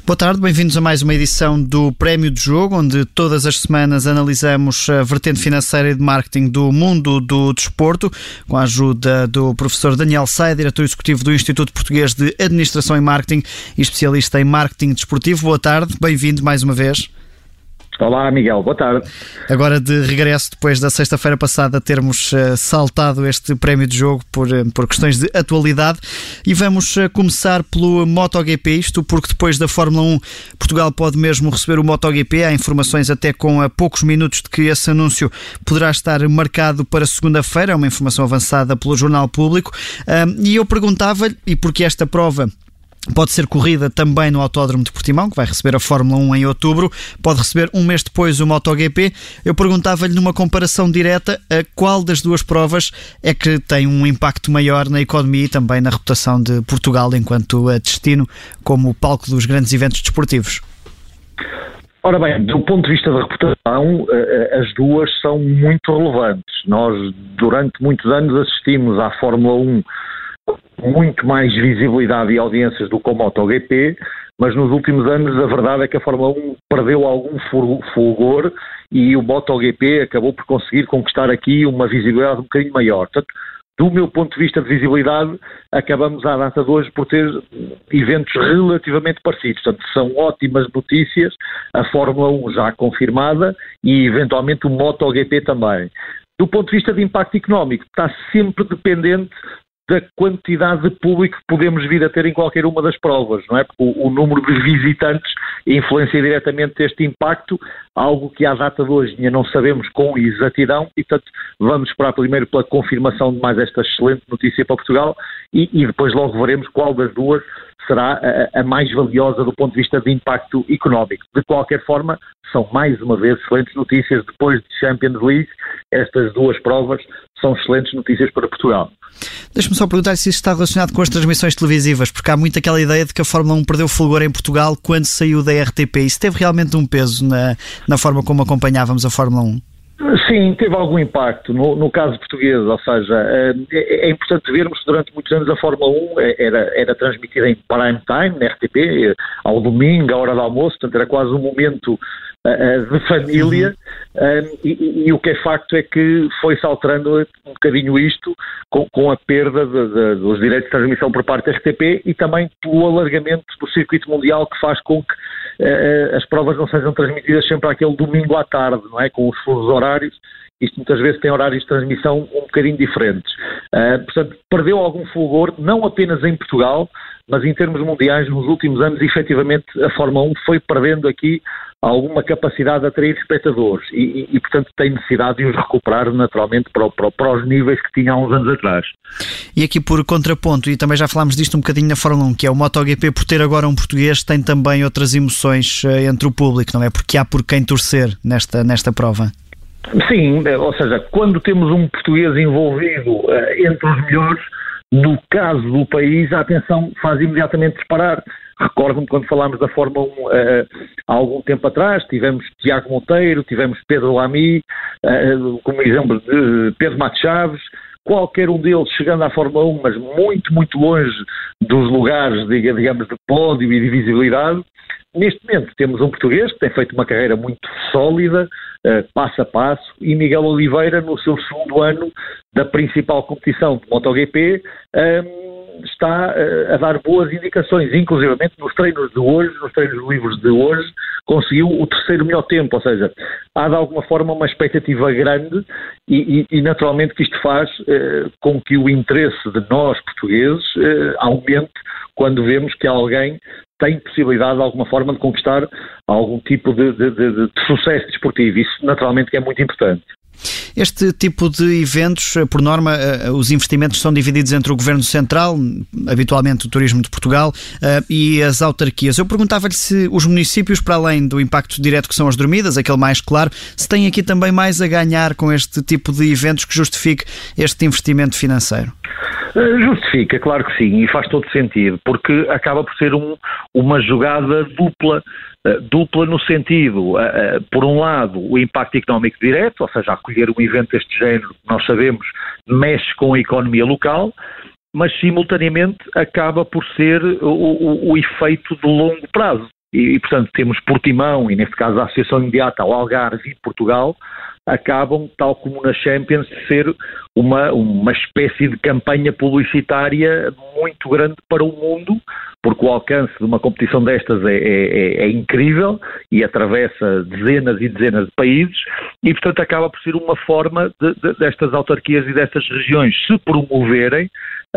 Boa tarde, bem-vindos a mais uma edição do Prémio de Jogo, onde todas as semanas analisamos a vertente financeira e de marketing do mundo do desporto, com a ajuda do professor Daniel Saia, diretor executivo do Instituto Português de Administração e Marketing e especialista em marketing desportivo. Boa tarde, bem-vindo mais uma vez. Olá, Miguel, boa tarde. Agora de regresso, depois da sexta-feira passada termos saltado este prémio de jogo por questões de atualidade, e vamos começar pelo MotoGP, isto porque depois da Fórmula 1 Portugal pode mesmo receber o MotoGP. Há informações até com poucos minutos de que esse anúncio poderá estar marcado para segunda-feira, é uma informação avançada pelo Jornal Público, e eu perguntava-lhe, e porque esta prova pode ser corrida também no Autódromo de Portimão, que vai receber a Fórmula 1 em outubro, pode receber um mês depois o MotoGP. Eu perguntava-lhe, numa comparação direta, a qual das duas provas é que tem um impacto maior na economia e também na reputação de Portugal enquanto destino como palco dos grandes eventos desportivos. Ora bem, do ponto de vista da reputação, as duas são muito relevantes. Nós, durante muitos anos, assistimos à Fórmula 1 muito mais visibilidade e audiências do que o MotoGP, mas nos últimos anos a verdade é que a Fórmula 1 perdeu algum fulgor e o MotoGP acabou por conseguir conquistar aqui uma visibilidade um bocadinho maior. Portanto, do meu ponto de vista de visibilidade, acabamos à data de hoje por ter eventos relativamente parecidos. Portanto, são ótimas notícias, a Fórmula 1 já confirmada e eventualmente o MotoGP também. Do ponto de vista de impacto económico, está sempre dependente da quantidade de público que podemos vir a ter em qualquer uma das provas, não é? Porque o número de visitantes influencia diretamente este impacto, algo que à data de hoje ainda não sabemos com exatidão, e portanto vamos esperar primeiro pela confirmação de mais esta excelente notícia para Portugal e depois logo veremos qual das duas será a mais valiosa do ponto de vista de impacto económico. De qualquer forma, são mais uma vez excelentes notícias depois de Champions League. Estas duas provas são excelentes notícias para Portugal. Deixa-me só perguntar se isto está relacionado com as transmissões televisivas, porque há muito aquela ideia de que a Fórmula 1 perdeu fulgor em Portugal quando saiu da RTP. Isso teve realmente um peso na forma como acompanhávamos a Fórmula 1? Sim, teve algum impacto no caso português, ou seja, é importante vermos que durante muitos anos a Fórmula 1 era transmitida em prime time, na RTP, ao domingo, à hora do almoço, portanto era quase um momento de família, e o que é facto é que foi-se alterando um bocadinho isto com a perda dos direitos de transmissão por parte da RTP e também pelo alargamento do circuito mundial, que faz com que as provas não sejam transmitidas sempre àquele domingo à tarde, não é? Com os fusos horários. Isto muitas vezes tem horários de transmissão um bocadinho diferentes. Portanto, perdeu algum fulgor, não apenas em Portugal, mas em termos mundiais, nos últimos anos, efetivamente, a Fórmula 1 foi perdendo aqui alguma capacidade de atrair espectadores e portanto, tem necessidade de os recuperar naturalmente para os níveis que tinha há uns anos atrás. E aqui por contraponto, e também já falámos disto um bocadinho na Fórmula 1, que é o MotoGP, por ter agora um português, tem também outras emoções entre o público, não é? Porque há por quem torcer nesta prova. Sim, ou seja, quando temos um português envolvido entre os melhores, no caso do país, a atenção faz imediatamente disparar. Recordo-me quando falámos da Fórmula 1 há algum tempo atrás, tivemos Tiago Monteiro, tivemos Pedro Lamy, como exemplo de Pedro Matos Chaves, qualquer um deles chegando à Fórmula 1, mas muito, muito longe dos lugares, digamos, de pódio e de visibilidade. Neste momento temos um português que tem feito uma carreira muito sólida, passo a passo, e Miguel Oliveira, no seu segundo ano da principal competição de MotoGP, está a dar boas indicações, inclusivamente nos treinos de hoje, nos treinos livres de hoje, conseguiu o terceiro melhor tempo, ou seja, há de alguma forma uma expectativa grande e naturalmente que isto faz com que o interesse de nós portugueses aumente quando vemos que alguém tem possibilidade de alguma forma de conquistar algum tipo de sucesso desportivo. Isso naturalmente que é muito importante. Este tipo de eventos, por norma, os investimentos são divididos entre o Governo Central, habitualmente o Turismo de Portugal, e as autarquias. Eu perguntava-lhe se os municípios, para além do impacto direto que são as dormidas, aquele mais claro, se têm aqui também mais a ganhar com este tipo de eventos que justifique este investimento financeiro. Justifica, claro que sim, e faz todo sentido, porque acaba por ser uma jogada dupla no sentido, por um lado, o impacto económico direto, ou seja, acolher um evento deste género, nós sabemos, mexe com a economia local, mas simultaneamente acaba por ser o efeito de longo prazo. e portanto temos Portimão, e neste caso a Associação Imediata ao Algarve e Portugal, acabam, tal como na Champions, de ser uma espécie de campanha publicitária muito grande para o mundo, porque o alcance de uma competição destas é incrível e atravessa dezenas e dezenas de países e, portanto, acaba por ser uma forma destas autarquias e destas regiões se promoverem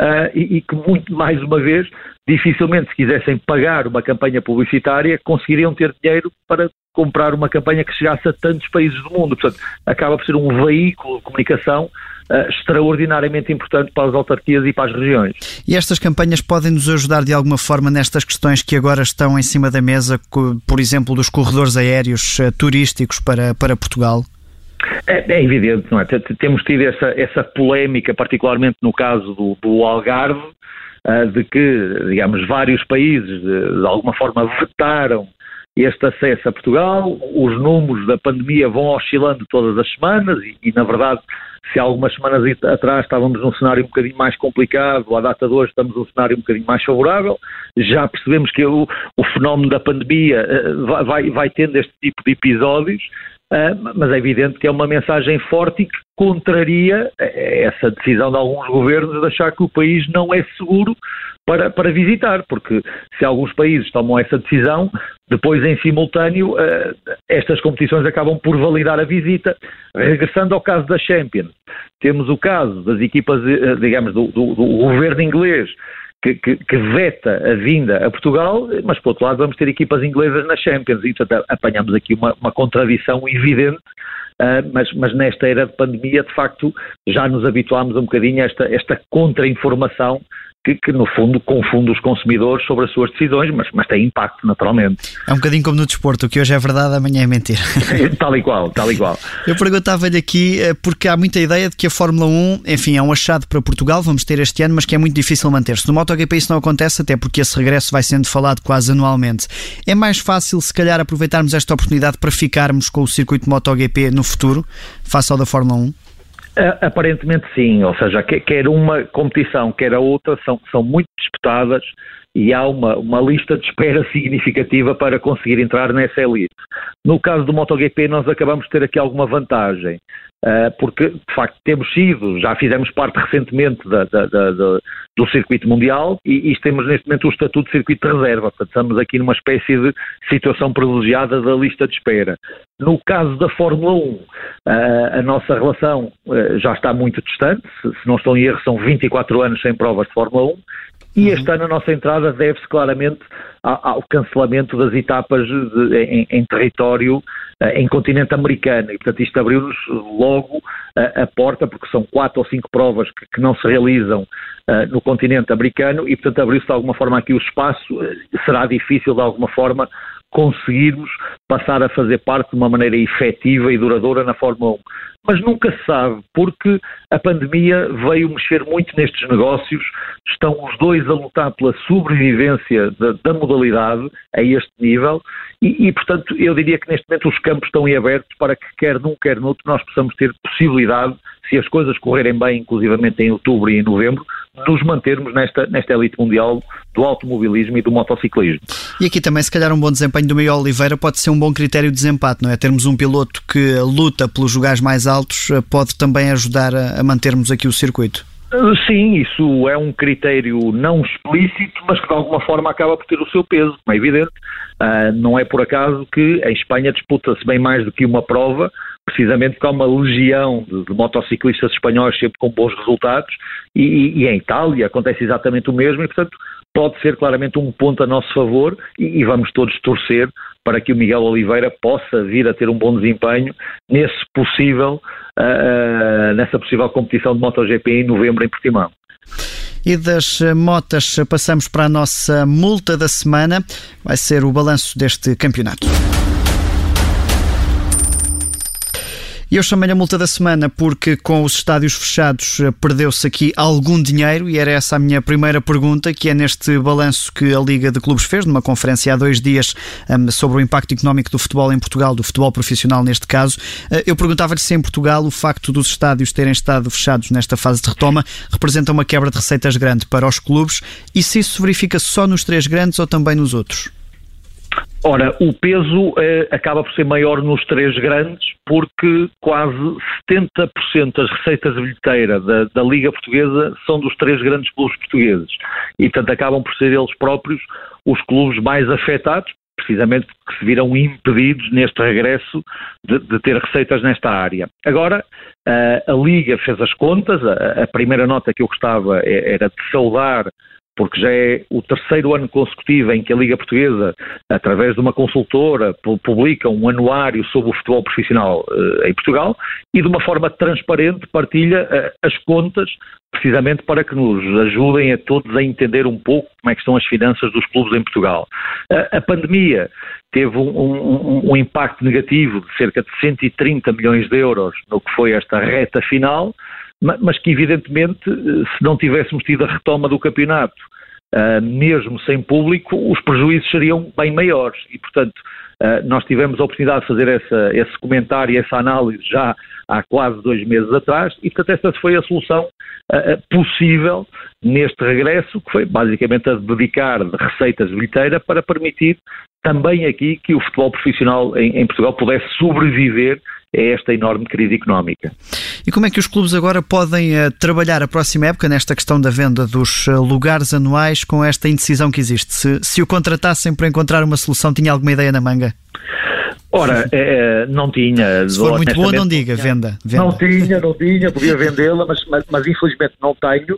e que, muito mais uma vez, dificilmente, se quisessem pagar uma campanha publicitária, conseguiriam ter dinheiro para comprar uma campanha que chegasse a tantos países do mundo. Portanto, acaba por ser um veículo de comunicação extraordinariamente importante para as autarquias e para as regiões. E estas campanhas podem nos ajudar de alguma forma nestas questões que agora estão em cima da mesa, por exemplo, dos corredores aéreos turísticos para Portugal? É evidente, não é? Temos tido essa polémica, particularmente no caso do Algarve, de que, digamos, vários países de alguma forma vetaram este acesso a Portugal. Os números da pandemia vão oscilando todas as semanas e na verdade, se há algumas semanas atrás estávamos num cenário um bocadinho mais complicado, à data de hoje estamos num cenário um bocadinho mais favorável. Já percebemos que o fenómeno da pandemia vai tendo este tipo de episódios, mas é evidente que é uma mensagem forte e que contraria essa decisão de alguns governos de achar que o país não é seguro para visitar, porque se alguns países tomam essa decisão, depois em simultâneo estas competições acabam por validar a visita. Regressando ao caso da Champions, temos o caso das equipas, digamos, do governo inglês, que veta a vinda a Portugal, mas por outro lado vamos ter equipas inglesas na Champions e portanto apanhamos aqui uma contradição evidente, mas nesta era de pandemia de facto já nos habituámos um bocadinho a esta contra-informação que no fundo confunde os consumidores sobre as suas decisões, mas tem impacto naturalmente. É um bocadinho como no desporto, o que hoje é verdade, amanhã é mentira. Tal e qual. Eu perguntava-lhe aqui, porque há muita ideia de que a Fórmula 1, enfim, é um achado para Portugal, vamos ter este ano, mas que é muito difícil manter-se. No MotoGP isso não acontece, até porque esse regresso vai sendo falado quase anualmente. É mais fácil, se calhar, aproveitarmos esta oportunidade para ficarmos com o circuito de MotoGP no futuro, face ao da Fórmula 1? Aparentemente sim, ou seja, quer uma competição, quer a outra, são muito disputadas e há uma lista de espera significativa para conseguir entrar nessa elite. No caso do MotoGP nós acabamos de ter aqui alguma vantagem, porque de facto já fizemos parte recentemente do circuito mundial e temos neste momento o estatuto de circuito de reserva, portanto estamos aqui numa espécie de situação privilegiada da lista de espera. No caso da Fórmula 1, a nossa relação já está muito distante, se não estou em erro são 24 anos sem provas de Fórmula 1, e este ano a nossa entrada deve-se claramente ao cancelamento das etapas em território, em continente americano, e portanto isto abriu-nos logo a porta, porque são 4 ou 5 provas que não se realizam no continente americano, e portanto abriu-se de alguma forma aqui o espaço. Será difícil de alguma forma conseguirmos passar a fazer parte de uma maneira efetiva e duradoura na Fórmula 1. Mas nunca se sabe, porque a pandemia veio mexer muito nestes negócios, estão os dois a lutar pela sobrevivência da modalidade a este nível e, portanto, eu diria que neste momento os campos estão em aberto para que quer num, quer noutro nós possamos ter possibilidade, se as coisas correrem bem, inclusivamente em outubro e em novembro, nos mantermos nesta elite mundial do automobilismo e do motociclismo. E aqui também, se calhar, um bom desempenho do Miguel Oliveira pode ser um bom critério de desempate, não é? Termos um piloto que luta pelos lugares mais altos pode também ajudar a mantermos aqui o circuito. Sim, isso é um critério não explícito, mas que de alguma forma acaba por ter o seu peso, como é evidente. Não é por acaso que em Espanha disputa-se bem mais do que uma prova, precisamente porque há uma legião de motociclistas espanhóis sempre com bons resultados e em Itália acontece exatamente o mesmo e, portanto, pode ser claramente um ponto a nosso favor e vamos todos torcer para que o Miguel Oliveira possa vir a ter um bom desempenho nessa possível competição de MotoGP em novembro em Portimão. E das motas passamos para a nossa multa da semana, vai ser o balanço deste campeonato. E eu chamei-lhe a multa da semana porque com os estádios fechados perdeu-se aqui algum dinheiro e era essa a minha primeira pergunta, que é neste balanço que a Liga de Clubes fez, numa conferência há 2 dias sobre o impacto económico do futebol em Portugal, do futebol profissional neste caso. Eu perguntava-lhe se em Portugal o facto dos estádios terem estado fechados nesta fase de retoma representa uma quebra de receitas grande para os clubes e se isso se verifica só nos 3 grandes ou também nos outros? Ora, o peso acaba por ser maior nos três grandes, porque quase 70% das receitas de bilheteira da Liga Portuguesa são dos três grandes clubes portugueses. E, portanto, acabam por ser eles próprios os clubes mais afetados, precisamente porque se viram impedidos neste regresso de ter receitas nesta área. Agora, a Liga fez as contas, a primeira nota que eu gostava era de saudar, porque já é o terceiro ano consecutivo em que a Liga Portuguesa, através de uma consultora, publica um anuário sobre o futebol profissional em Portugal e de uma forma transparente partilha as contas, precisamente para que nos ajudem a todos a entender um pouco como é que estão as finanças dos clubes em Portugal. A pandemia teve um impacto negativo de cerca de 130 milhões de euros no que foi esta reta final, mas que evidentemente, se não tivéssemos tido a retoma do campeonato, mesmo sem público, os prejuízos seriam bem maiores e, portanto, nós tivemos a oportunidade de fazer esse comentário, essa análise já há quase 2 meses atrás e, portanto, esta foi a solução possível neste regresso, que foi basicamente a dedicar de receitas de bilheteira para permitir também aqui que o futebol profissional em Portugal pudesse sobreviver a esta enorme crise económica. E como é que os clubes agora podem trabalhar a próxima época nesta questão da venda dos lugares anuais com esta indecisão que existe? Se o contratassem para encontrar uma solução, tinha alguma ideia na manga? Ora, não tinha. Se for muito boa, não diga, venda. Não tinha, podia vendê-la, mas infelizmente não tenho.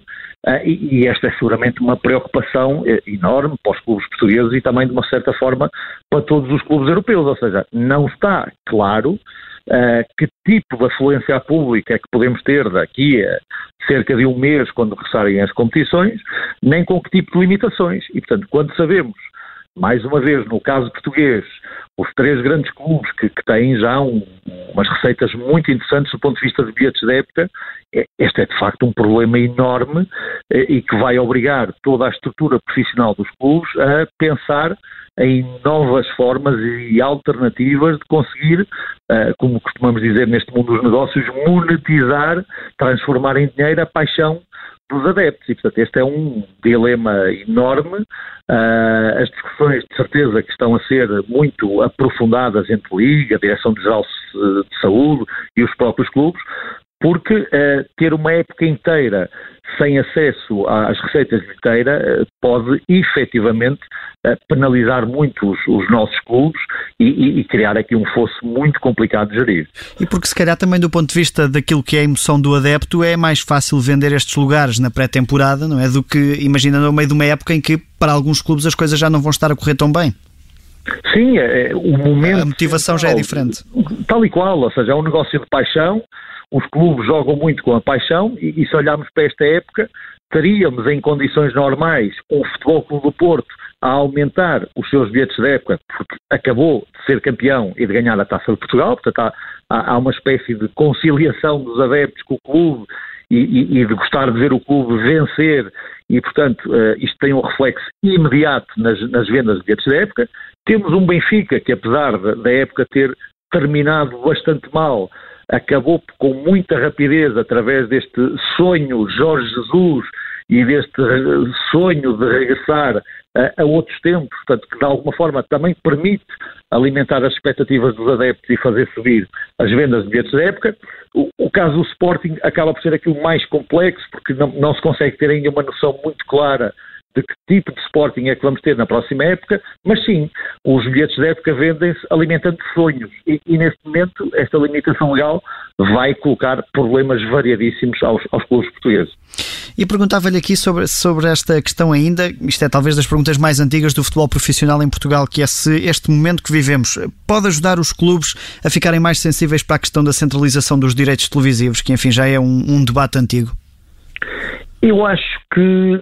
E esta é seguramente uma preocupação enorme para os clubes portugueses e também, de uma certa forma, para todos os clubes europeus. Ou seja, não está claro que tipo de afluência pública é que podemos ter daqui a cerca de um mês, quando regressarem as competições, nem com que tipo de limitações. E, portanto, quando sabemos, mais uma vez, no caso português, os três grandes clubes que têm já umas receitas muito interessantes do ponto de vista de bilhetes da época, este é de facto um problema enorme e que vai obrigar toda a estrutura profissional dos clubes a pensar em novas formas e alternativas de conseguir, como costumamos dizer neste mundo dos negócios, monetizar, transformar em dinheiro a paixão dos adeptos. E, portanto, este é um dilema enorme. As discussões, de certeza, que estão a ser muito aprofundadas entre a Liga, a Direção-Geral de Saúde e os próprios clubes, porque ter uma época inteira sem acesso às receitas de bilheteira pode efetivamente penalizar muito os nossos clubes e criar aqui um fosso muito complicado de gerir. E porque se calhar também do ponto de vista daquilo que é a emoção do adepto é mais fácil vender estes lugares na pré-temporada, não é? Do que, imagina, no meio de uma época em que para alguns clubes as coisas já não vão estar a correr tão bem. Sim, o momento... A motivação já é diferente. Tal e qual, ou seja, é um negócio de paixão. Os clubes jogam muito com a paixão e se olharmos para esta época, estaríamos em condições normais com o Futebol Clube do Porto a aumentar os seus bilhetes da época, porque acabou de ser campeão e de ganhar a Taça de Portugal, portanto há uma espécie de conciliação dos adeptos com o clube e de gostar de ver o clube vencer e, portanto, isto tem um reflexo imediato nas vendas de bilhetes da época. Temos um Benfica que, apesar da época ter terminado bastante mal, acabou com muita rapidez através deste sonho Jorge Jesus e deste sonho de regressar a outros tempos, portanto, que de alguma forma também permite alimentar as expectativas dos adeptos e fazer subir as vendas de bilhetes da época. O caso do Sporting acaba por ser aqui o mais complexo, porque não se consegue ter ainda uma noção muito clara de que tipo de Sporting é que vamos ter na próxima época, mas sim, os bilhetes da época vendem-se alimentando sonhos e neste momento esta limitação legal vai colocar problemas variadíssimos aos clubes portugueses. E perguntava-lhe aqui sobre esta questão ainda, isto é talvez das perguntas mais antigas do futebol profissional em Portugal, que é se este momento que vivemos pode ajudar os clubes a ficarem mais sensíveis para a questão da centralização dos direitos televisivos, que enfim já é um debate antigo. Eu acho que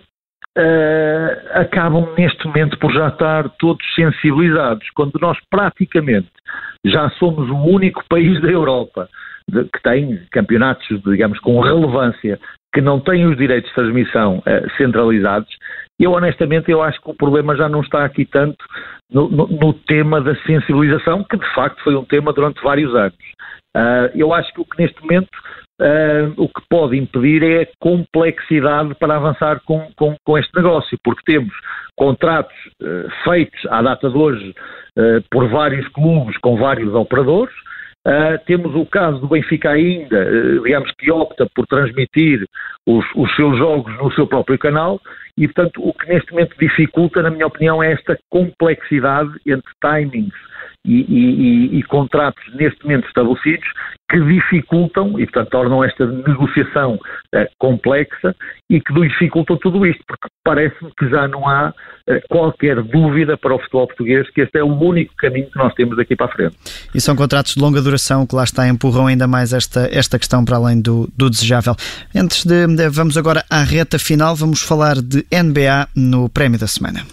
acabam neste momento por já estar todos sensibilizados, quando nós praticamente já somos o único país da Europa que tem campeonatos, digamos, com relevância, que não têm os direitos de transmissão centralizados. Eu honestamente acho que o problema já não está aqui tanto no tema da sensibilização, que de facto foi um tema durante vários anos. Eu acho que o que neste momento o que pode impedir é a complexidade para avançar com este negócio, porque temos contratos feitos à data de hoje por vários clubes com vários operadores. Temos o caso do Benfica ainda, digamos que opta por transmitir os seus jogos no seu próprio canal e, portanto, o que neste momento dificulta, na minha opinião, é esta complexidade entre timings e contratos neste momento estabelecidos que dificultam e, portanto, tornam esta negociação complexa e que dificultam tudo isto, porque parece-me que já não há qualquer dúvida para o futebol português que este é o único caminho que nós temos daqui para a frente. E são contratos de longa duração que lá está, empurram ainda mais esta questão para além do desejável. Vamos agora à reta final, vamos falar de NBA no Prémio da Semana.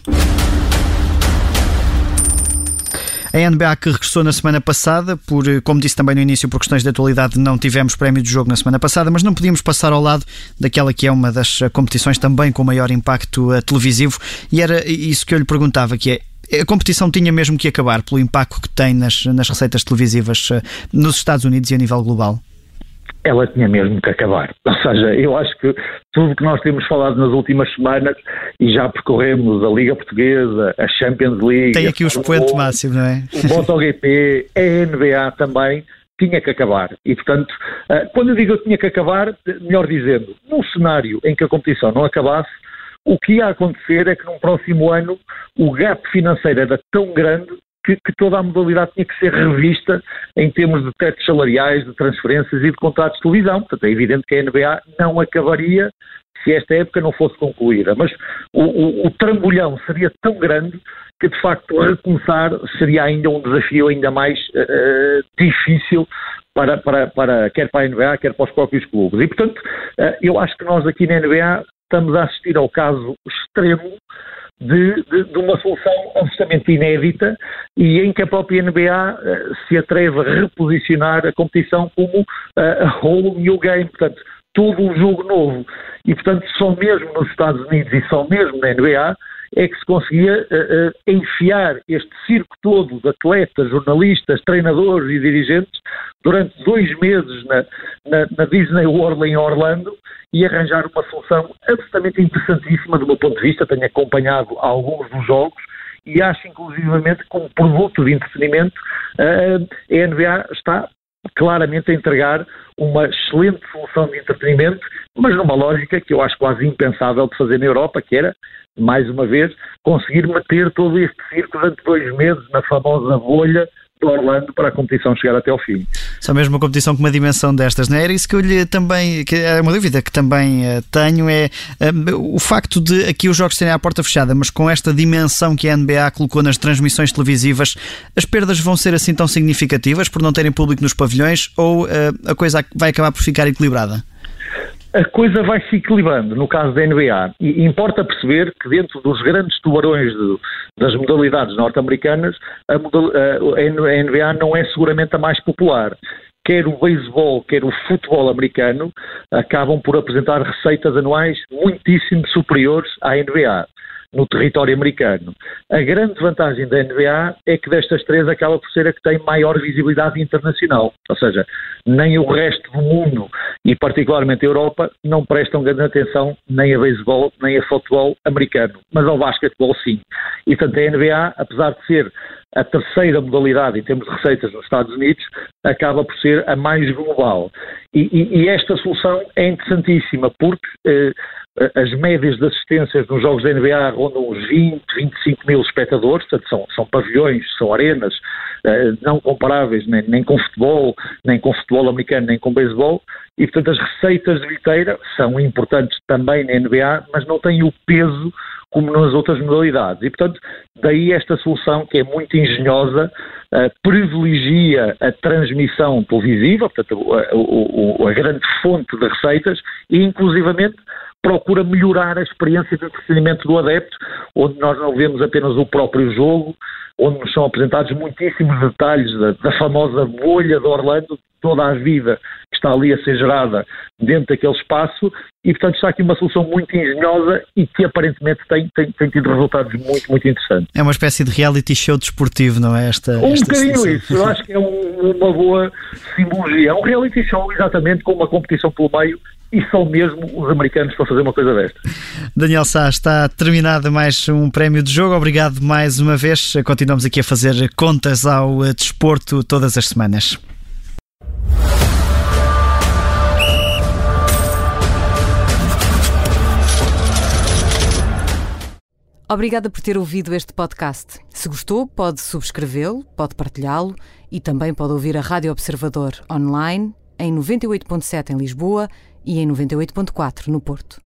A NBA que regressou na semana passada, como disse também no início, por questões de atualidade não tivemos prémio de jogo na semana passada, mas não podíamos passar ao lado daquela que é uma das competições também com maior impacto televisivo, e era isso que eu lhe perguntava, que é: a competição tinha mesmo que acabar pelo impacto que tem nas receitas televisivas nos Estados Unidos e a nível global? Ela tinha mesmo que acabar. Ou seja, eu acho que tudo o que nós temos falado nas últimas semanas, e já percorremos a Liga Portuguesa, a Champions League... Tem aqui o expoente máximo, não é? O MotoGP, a NBA também, tinha que acabar. E, portanto, quando eu digo eu tinha que acabar, melhor dizendo, num cenário em que a competição não acabasse, o que ia acontecer é que num próximo ano o gap financeiro era tão grande que toda a modalidade tinha que ser revista em termos de tetos salariais, de transferências e de contratos de televisão. Portanto, é evidente que a NBA não acabaria se esta época não fosse concluída. Mas o trambolhão seria tão grande que, de facto, recomeçar seria ainda um desafio ainda mais difícil quer para a NBA, quer para os próprios clubes. E, portanto, eu acho que nós aqui na NBA estamos a assistir ao caso extremo de uma solução absolutamente inédita e em que a própria NBA se atreve a reposicionar a competição como a whole new game, portanto, todo um jogo novo. E, portanto, só mesmo nos Estados Unidos e só mesmo na NBA é que se conseguia enfiar este circo todo de atletas, jornalistas, treinadores e dirigentes durante 2 meses na Disney World em Orlando e arranjar uma solução absolutamente interessantíssima do meu ponto de vista. Tenho acompanhado alguns dos jogos e acho inclusivamente como produto de entretenimento a NBA está claramente a entregar uma excelente solução de entretenimento, mas numa lógica que eu acho quase impensável de fazer na Europa, que era, mais uma vez, conseguir meter todo este circo durante 2 meses na famosa bolha de Orlando para a competição chegar até ao fim. Só mesmo uma competição com uma dimensão destas, não é? Era isso que eu lhe também, que é uma dúvida que também tenho, é o facto de aqui os jogos terem à porta fechada, mas com esta dimensão que a NBA colocou nas transmissões televisivas, as perdas vão ser assim tão significativas por não terem público nos pavilhões, ou a coisa vai acabar por ficar equilibrada? A coisa vai se equilibrando no caso da NBA e importa perceber que dentro dos grandes tubarões das modalidades norte-americanas a NBA não é seguramente a mais popular. Quer o beisebol, quer o futebol americano acabam por apresentar receitas anuais muitíssimo superiores à NBA no território americano. A grande vantagem da NBA é que destas 3 acaba por ser a que tem maior visibilidade internacional. Ou seja, nem o resto do mundo, e particularmente a Europa, não prestam grande atenção nem a beisebol, nem a futebol americano. Mas ao basquetebol sim. E portanto a NBA, apesar de ser a terceira modalidade em termos de receitas nos Estados Unidos, acaba por ser a mais global. E esta solução é interessantíssima porque as médias de assistências nos jogos da NBA rondam os 20, 25 mil espectadores, portanto são pavilhões, são arenas não comparáveis nem com futebol, nem com futebol americano, nem com beisebol, e portanto as receitas de bilheteira são importantes também na NBA, mas não têm o peso como nas outras modalidades. E, portanto, daí esta solução que é muito engenhosa, privilegia a transmissão televisiva, portanto, a grande fonte de receitas, e inclusivamente procura melhorar a experiência de entretenimento do adepto, onde nós não vemos apenas o próprio jogo, onde nos são apresentados muitíssimos detalhes da famosa bolha de Orlando, toda a vida que está ali a ser gerada dentro daquele espaço, e portanto está aqui uma solução muito engenhosa e que aparentemente tem tido resultados muito, muito interessantes. É uma espécie de reality show desportivo, não é? Esta bocadinho situação. Isso, eu acho que é uma boa simbologia. É um reality show exatamente com uma competição pelo meio, e são mesmo os americanos para fazer uma coisa desta. Daniel Sá, está terminado mais um prémio de jogo. Obrigado mais uma vez. Continuamos aqui a fazer contas ao desporto todas as semanas. Obrigada por ter ouvido este podcast. Se gostou, pode subscrevê-lo, pode partilhá-lo e também pode ouvir a Rádio Observador online em 98.7 em Lisboa e em 98.4 no Porto.